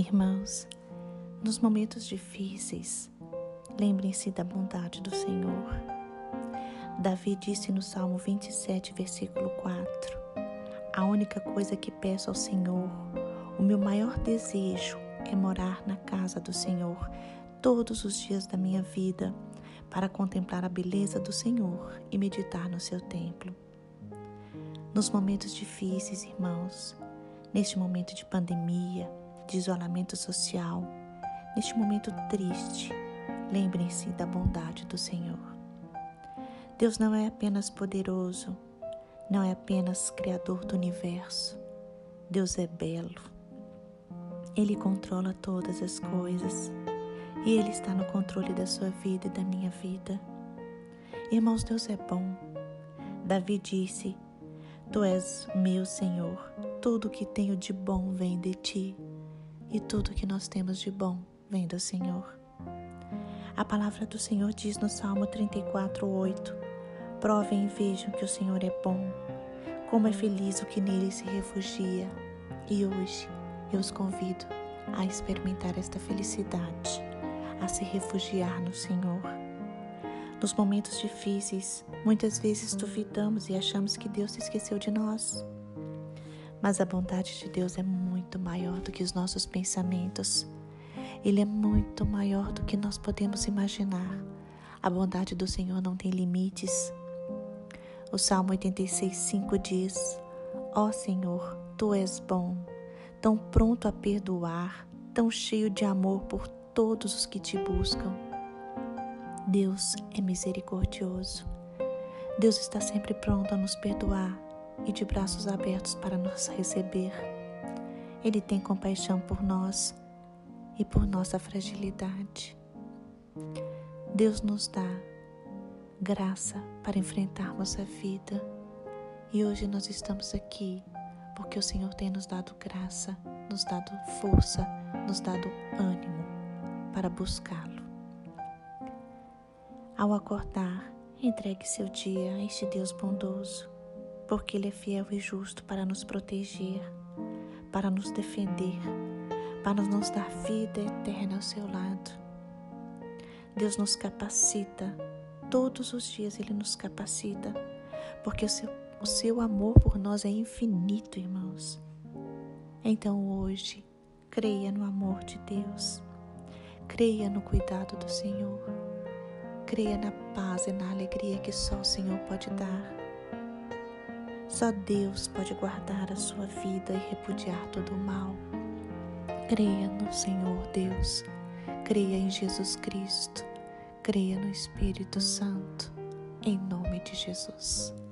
Irmãos, nos momentos difíceis, lembrem-se da bondade do Senhor. Davi disse no Salmo 27, versículo 4: A única coisa que peço ao Senhor, o meu maior desejo é morar na casa do Senhor todos os dias da minha vida, para contemplar a beleza do Senhor e meditar no seu templo. Nos momentos difíceis, irmãos, neste momento de pandemia, de isolamento social, neste momento triste, lembrem-se da bondade do Senhor. Deus não é apenas poderoso, não é apenas Criador do universo. Deus é belo. Ele controla todas as coisas e Ele está no controle da sua vida e da minha vida. Irmãos, Deus é bom. Davi disse: Tu és meu Senhor, tudo que tenho de bom vem de Ti, e tudo que nós temos de bom vem do Senhor. A palavra do Senhor diz no Salmo 34:8: Provem e vejam que o Senhor é bom, como é feliz o que nele se refugia. E hoje eu os convido a experimentar esta felicidade, a se refugiar no Senhor. Nos momentos difíceis, muitas vezes duvidamos e achamos que Deus se esqueceu de nós. Mas a bondade de Deus é muito maior do que os nossos pensamentos. Ele é muito maior do que nós podemos imaginar. A bondade do Senhor não tem limites. O Salmo 86:5 diz: Ó Senhor, Tu és bom, tão pronto a perdoar, tão cheio de amor por todos os que Te buscam. Deus é misericordioso. Deus está sempre pronto a nos perdoar e de braços abertos para nos receber. Ele tem compaixão por nós e por nossa fragilidade. Deus nos dá graça para enfrentarmos a vida. E hoje nós estamos aqui porque o Senhor tem nos dado graça, nos dado força, nos dado ânimo para buscá-lo. Ao acordar, entregue seu dia a este Deus bondoso, porque Ele é fiel e justo para nos proteger, para nos defender, para nos dar vida eterna ao seu lado. Deus nos capacita, todos os dias Ele nos capacita, porque o seu amor por nós é infinito, irmãos. Então hoje, creia no amor de Deus, creia no cuidado do Senhor, creia na paz e na alegria que só o Senhor pode dar. Só Deus pode guardar a sua vida e repudiar todo o mal. Creia no Senhor Deus, creia em Jesus Cristo, creia no Espírito Santo, em nome de Jesus.